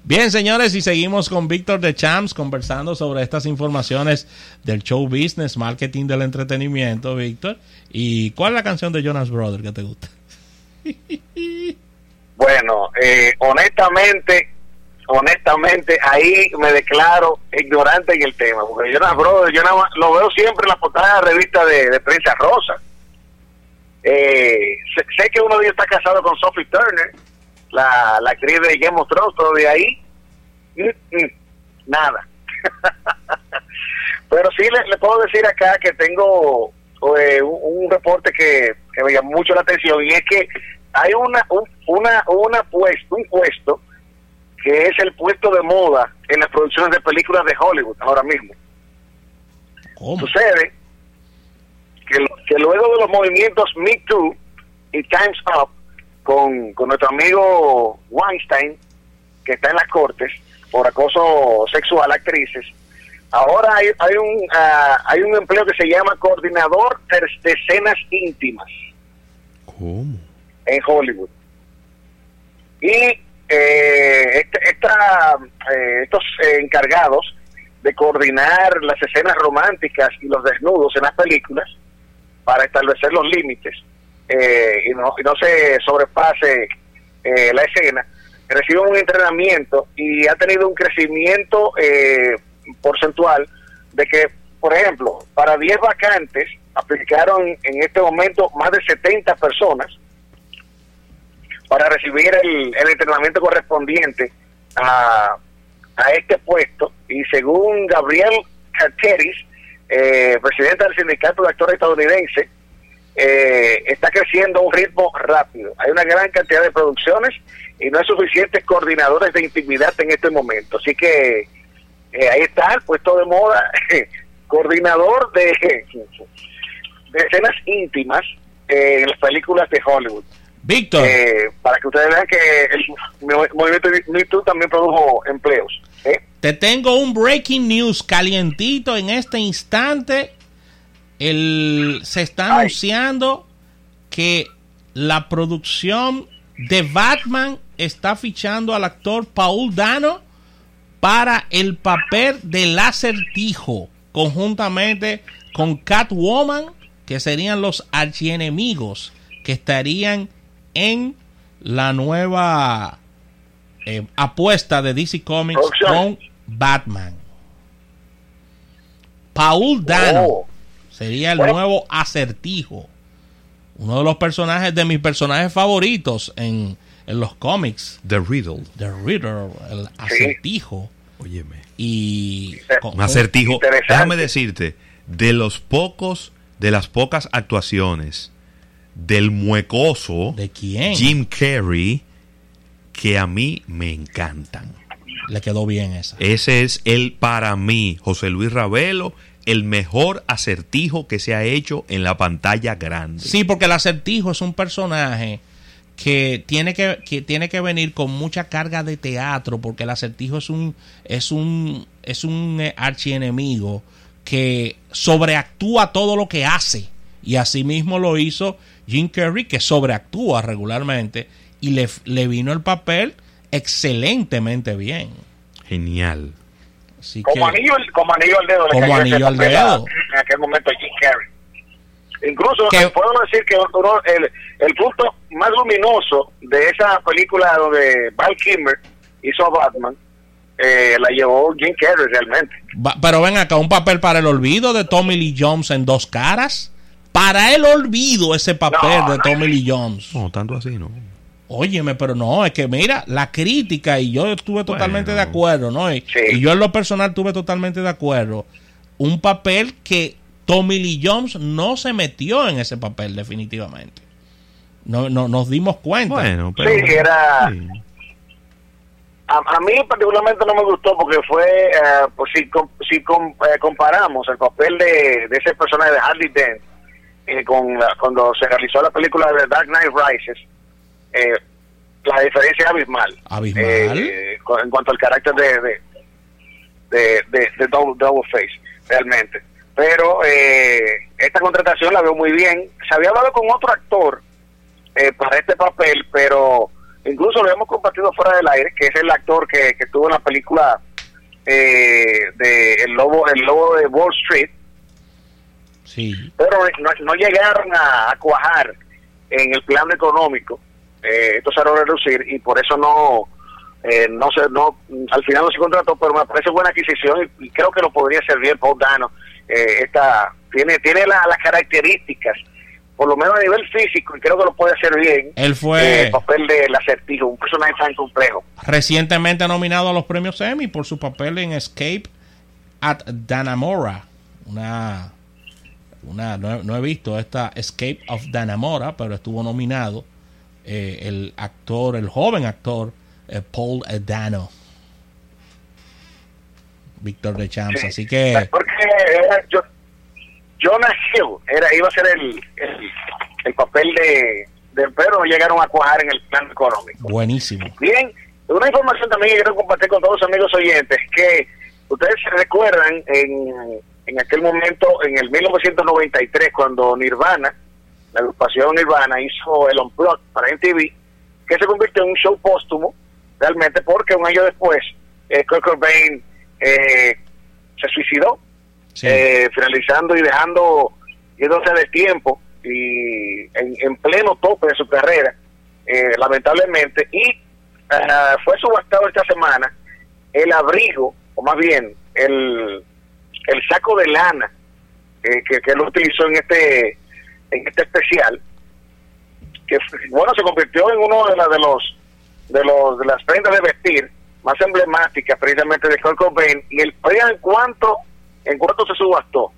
Bien, señores, y seguimos con Víctor de Champs conversando sobre estas informaciones del show business, marketing del entretenimiento, Víctor. ¿Y cuál es la canción de Jonas Brothers que te gusta? Bueno, honestamente, ahí me declaro ignorante en el tema, porque Jonas Brothers, yo nada más lo veo siempre en la portada de la revista de prensa rosa. Sé que uno de ellos está casado con Sophie Turner, la actriz de Game of Thrones, pero de ahí, nada. Pero sí le puedo decir acá que tengo un reporte que me llamó mucho la atención, y es que hay un puesto que es el puesto de moda en las producciones de películas de Hollywood ahora mismo. ¿Cómo? Sucede que luego de los movimientos Me Too y Time's Up con nuestro amigo Weinstein, que está en las cortes por acoso sexual a actrices, ahora hay un empleo que se llama coordinador de escenas íntimas. ¿Cómo? En Hollywood. Y estos encargados de coordinar las escenas románticas y los desnudos en las películas para establecer los límites y no se sobrepase la escena, reciben un entrenamiento y ha tenido un crecimiento porcentual de que, por ejemplo, para 10 vacantes aplicaron en este momento más de 70 personas para recibir el entrenamiento correspondiente a este puesto. Y según Gabriel Carteris, presidente del Sindicato de Actores Estadounidense, está creciendo a un ritmo rápido. Hay una gran cantidad de producciones y no hay suficientes coordinadores de intimidad en este momento. Así que ahí está el puesto de moda, coordinador de escenas íntimas en las películas de Hollywood. Víctor, para que ustedes vean que el movimiento Me Too también produjo empleos. te tengo un breaking news calientito en este instante. Se está anunciando que la producción de Batman está fichando al actor Paul Dano para el papel del Acertijo, conjuntamente con Catwoman, que serían los archienemigos que estarían en la nueva apuesta de DC Comics con Batman. Paul Dano sería el nuevo Acertijo, uno de los personajes de mis personajes favoritos en los cómics. The Riddle, el Acertijo. Óyeme. Y un acertijo. Déjame decirte, de las pocas actuaciones del muecoso ¿de quién? Jim Carrey, que a mí me encantan. Le quedó bien esa. Ese es para mí, José Luis Ravelo, el mejor acertijo que se ha hecho en la pantalla grande. Sí, porque el Acertijo es un personaje que tiene que venir con mucha carga de teatro, porque el Acertijo es un archienemigo que sobreactúa todo lo que hace, y así mismo lo hizo Jim Carrey, que sobreactúa regularmente, y le vino el papel excelentemente bien. Genial. Así como anillo al dedo. Como anillo al dedo. En aquel momento Jim Carrey. Incluso puedo decir que el punto más luminoso de esa película donde Val Kilmer hizo a Batman, la llevó Jim Carrey realmente. Pero ven acá, un papel para el olvido de Tommy Lee Jones en Dos Caras. Para el olvido ese papel de Tommy Lee Jones. No, tanto así, no. Óyeme, pero no, es que mira, la crítica, y yo estuve totalmente de acuerdo, ¿no? Y yo en lo personal estuve totalmente de acuerdo. Un papel que Tommy Lee Jones no se metió en ese papel, definitivamente. No nos dimos cuenta. Bueno, pero sí, era... Sí. A mí particularmente no me gustó porque fue, pues si comparamos el papel de ese personaje de Harley Dent cuando se realizó la película de Dark Knight Rises, la diferencia es abismal. En cuanto al carácter de Double Face, realmente. Pero esta contratación la veo muy bien. Se había hablado con otro actor para este papel, pero incluso lo hemos compartido fuera del aire, que es el actor que estuvo en la película de el lobo de Wall Street. Sí. Pero no llegaron a cuajar en el plan económico. Esto se va a reducir y por eso al final no se contrató, pero me parece buena adquisición y creo que lo podría ser bien Paul Dano. Tiene las características, por lo menos a nivel físico, y creo que lo puede hacer bien. Él fue el papel del acertijo, un personaje tan complejo. Recientemente nominado a los premios Emmy por su papel en Escape at Dannemora. No he visto esta Escape of Dannemora, pero estuvo nominado el joven actor Paul Dano, Víctor de Champs, sí. Así que porque Jonah Hill iba a ser el papel de pero no llegaron a cuajar en el plan económico. Buenísimo. Bien, una información también que quiero compartir con todos los amigos oyentes, que ustedes se recuerdan en aquel momento, en el 1993, cuando Nirvana, la agrupación Nirvana, hizo el Unplugged para MTV, que se convirtió en un show póstumo, realmente, porque un año después Kurt Cobain se suicidó, sí. Finalizando y yéndose de tiempo y en pleno tope de su carrera, lamentablemente, y fue subastado esta semana el abrigo, o más bien el saco de lana que él utilizó en este especial, que bueno, se convirtió en uno de las prendas de vestir más emblemáticas precisamente de Kurt Cobain. Y oigan en cuánto se subastó: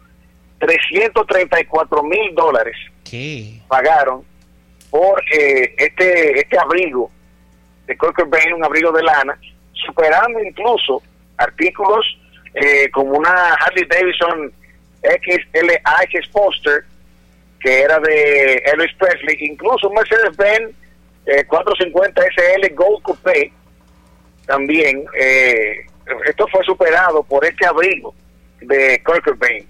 $334,000 ¿Qué? pagaron por este abrigo de Kurt Cobain, un abrigo de lana, superando incluso artículos como una Harley Davidson XLH Poster que era de Elvis Presley, incluso un Mercedes-Benz 450 SL Gold Coupé también. Esto fue superado por este abrigo de Kurt Cobain.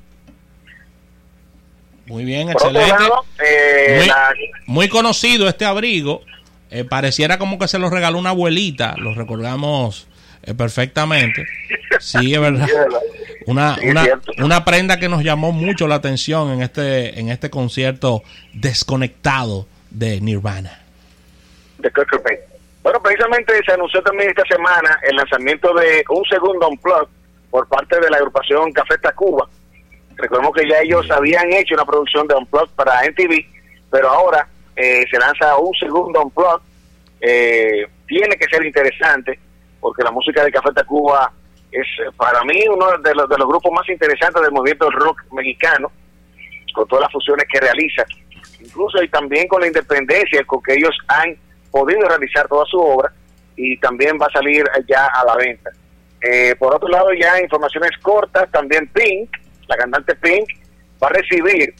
Muy bien, por excelente. otro lado, muy conocido este abrigo. Pareciera como que se lo regaló una abuelita. Lo recordamos perfectamente. Sí, es verdad. Una prenda que nos llamó mucho la atención en este concierto desconectado de Nirvana. De Kurt Cobain. Bueno, precisamente se anunció también esta semana el lanzamiento de un segundo Unplugged por parte de la agrupación Café Tacuba. Recordemos que ya ellos habían hecho una producción de Unplugged para MTV, pero ahora se lanza un segundo Unplugged. Tiene que ser interesante, porque la música de Café Tacuba es para mí uno de los grupos más interesantes del movimiento rock mexicano, con todas las fusiones que realiza, incluso y también con la independencia con que ellos han podido realizar toda su obra, y también va a salir ya a la venta. Por otro lado, ya informaciones cortas, también Pink, la cantante Pink, va a recibir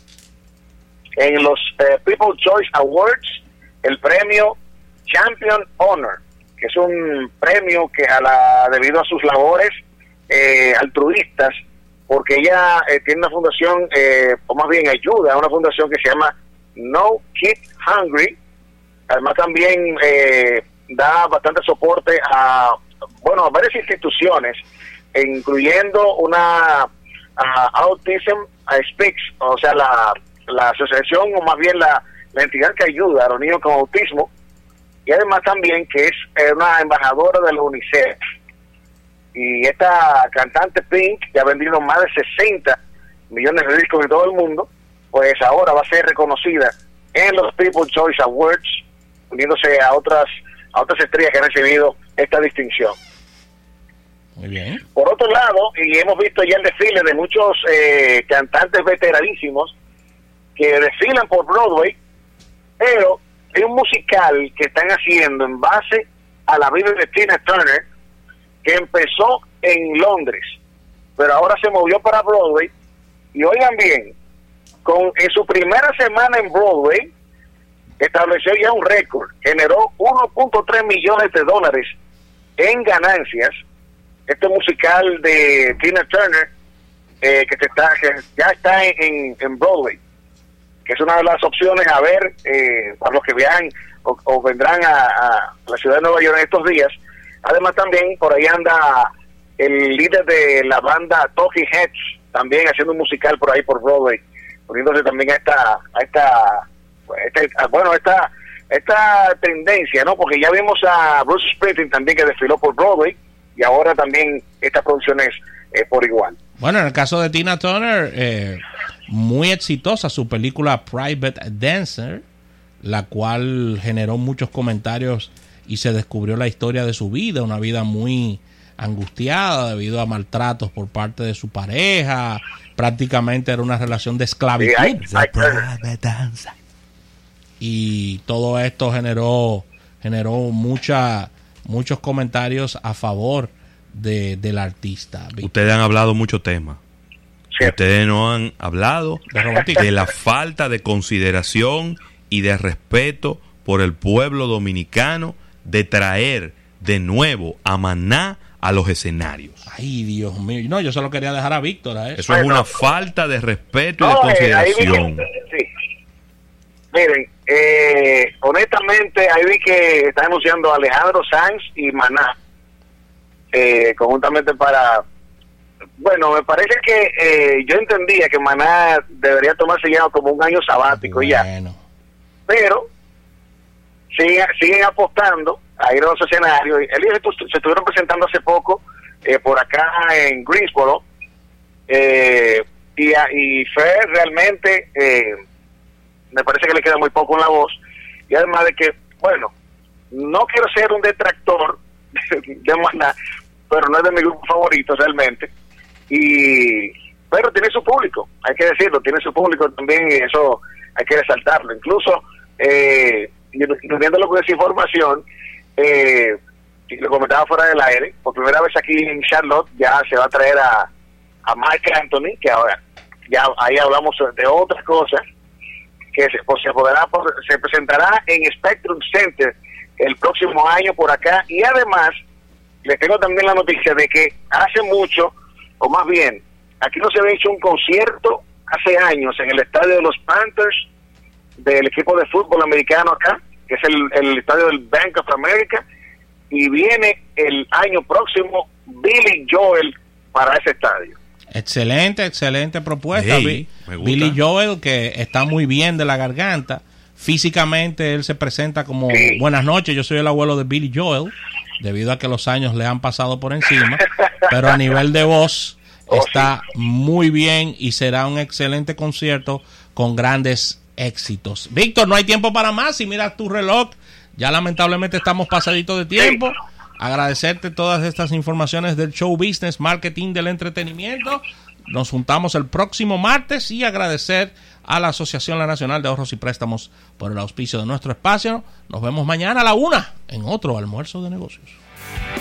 en los People's Choice Awards el premio Champion Honor, que es un premio que debido a sus labores altruistas, porque ella tiene una fundación, o más bien ayuda a una fundación que se llama No Kid Hungry. Además también da bastante soporte a varias instituciones, incluyendo una Autism Speaks, o sea, la asociación, o más bien la entidad que ayuda a los niños con autismo, y además también que es una embajadora de la UNICEF. Y esta cantante Pink, que ha vendido más de 60 millones de discos en todo el mundo, pues ahora va a ser reconocida en los People's Choice Awards, uniéndose a otras estrellas que han recibido esta distinción. Muy bien. Por otro lado, y hemos visto ya el desfile de muchos cantantes veteranísimos que desfilan por Broadway, pero hay un musical que están haciendo en base a la vida de Tina Turner, que empezó en Londres, pero ahora se movió para Broadway, y oigan bien, en su primera semana en Broadway, estableció ya un récord, generó $1.3 millones en ganancias. Este musical de Tina Turner, que ya está en Broadway, que es una de las opciones a ver para los que viajan o vendrán a la ciudad de Nueva York en estos días. Además también por ahí anda el líder de la banda Talking Heads, también haciendo un musical por ahí por Broadway, poniéndose también a esta tendencia, ¿no? Porque ya vimos a Bruce Springsteen también que desfiló por Broadway, y ahora también esta producción es por igual. Bueno, en el caso de Tina Turner, muy exitosa su película Private Dancer, la cual generó muchos comentarios y se descubrió la historia de su vida, una vida muy angustiada debido a maltratos por parte de su pareja. Prácticamente era una relación de esclavitud. Y todo esto generó muchos comentarios a favor del artista. Ustedes han hablado muchos temas. Sí. Ustedes no han hablado de la falta de consideración y de respeto por el pueblo dominicano, de traer de nuevo a Maná a los escenarios. Ay, Dios mío. No, yo solo quería dejar a Víctor a eso. Eso es una falta de respeto y de consideración. Sí. Miren, honestamente, ahí vi que está anunciando Alejandro Sanz y Maná conjuntamente para... Bueno, me parece que yo entendía que Maná debería tomarse ya como un año sabático ya. Pero siguen apostando a ir a los escenarios. Ellos se estuvieron presentando hace poco por acá en Greensboro, y Fer realmente me parece que le queda muy poco en la voz, y además de que, bueno, no quiero ser un detractor de Maná, pero no es de mi grupo favorito realmente, pero tiene su público, hay que decirlo, tiene su público también, y eso hay que resaltarlo. Incluso viéndolo con esa información, y lo comentaba fuera del aire, por primera vez aquí en Charlotte ya se va a traer a Marc Anthony, que ahora ya ahí hablamos de otras cosas, que se presentará en Spectrum Center el próximo año por acá. Y además les tengo también la noticia de que hace mucho, o más bien, aquí no se había hecho un concierto hace años en el estadio de los Panthers del equipo de fútbol americano acá, que es el estadio del Bank of America, y viene el año próximo Billy Joel para ese estadio. Excelente propuesta. Sí, Billy Joel, que está muy bien de la garganta. Físicamente él se presenta como buenas noches, yo soy el abuelo de Billy Joel, debido a que los años le han pasado por encima, pero a nivel de voz está muy bien y será un excelente concierto con grandes éxitos. Víctor, no hay tiempo para más. Si miras tu reloj, ya lamentablemente estamos pasaditos de tiempo. Agradecerte todas estas informaciones del show business, marketing, del entretenimiento. Nos juntamos el próximo martes, y agradecer a la Asociación Nacional de Ahorros y Préstamos por el auspicio de nuestro espacio. Nos vemos mañana a la 1 en otro almuerzo de negocios.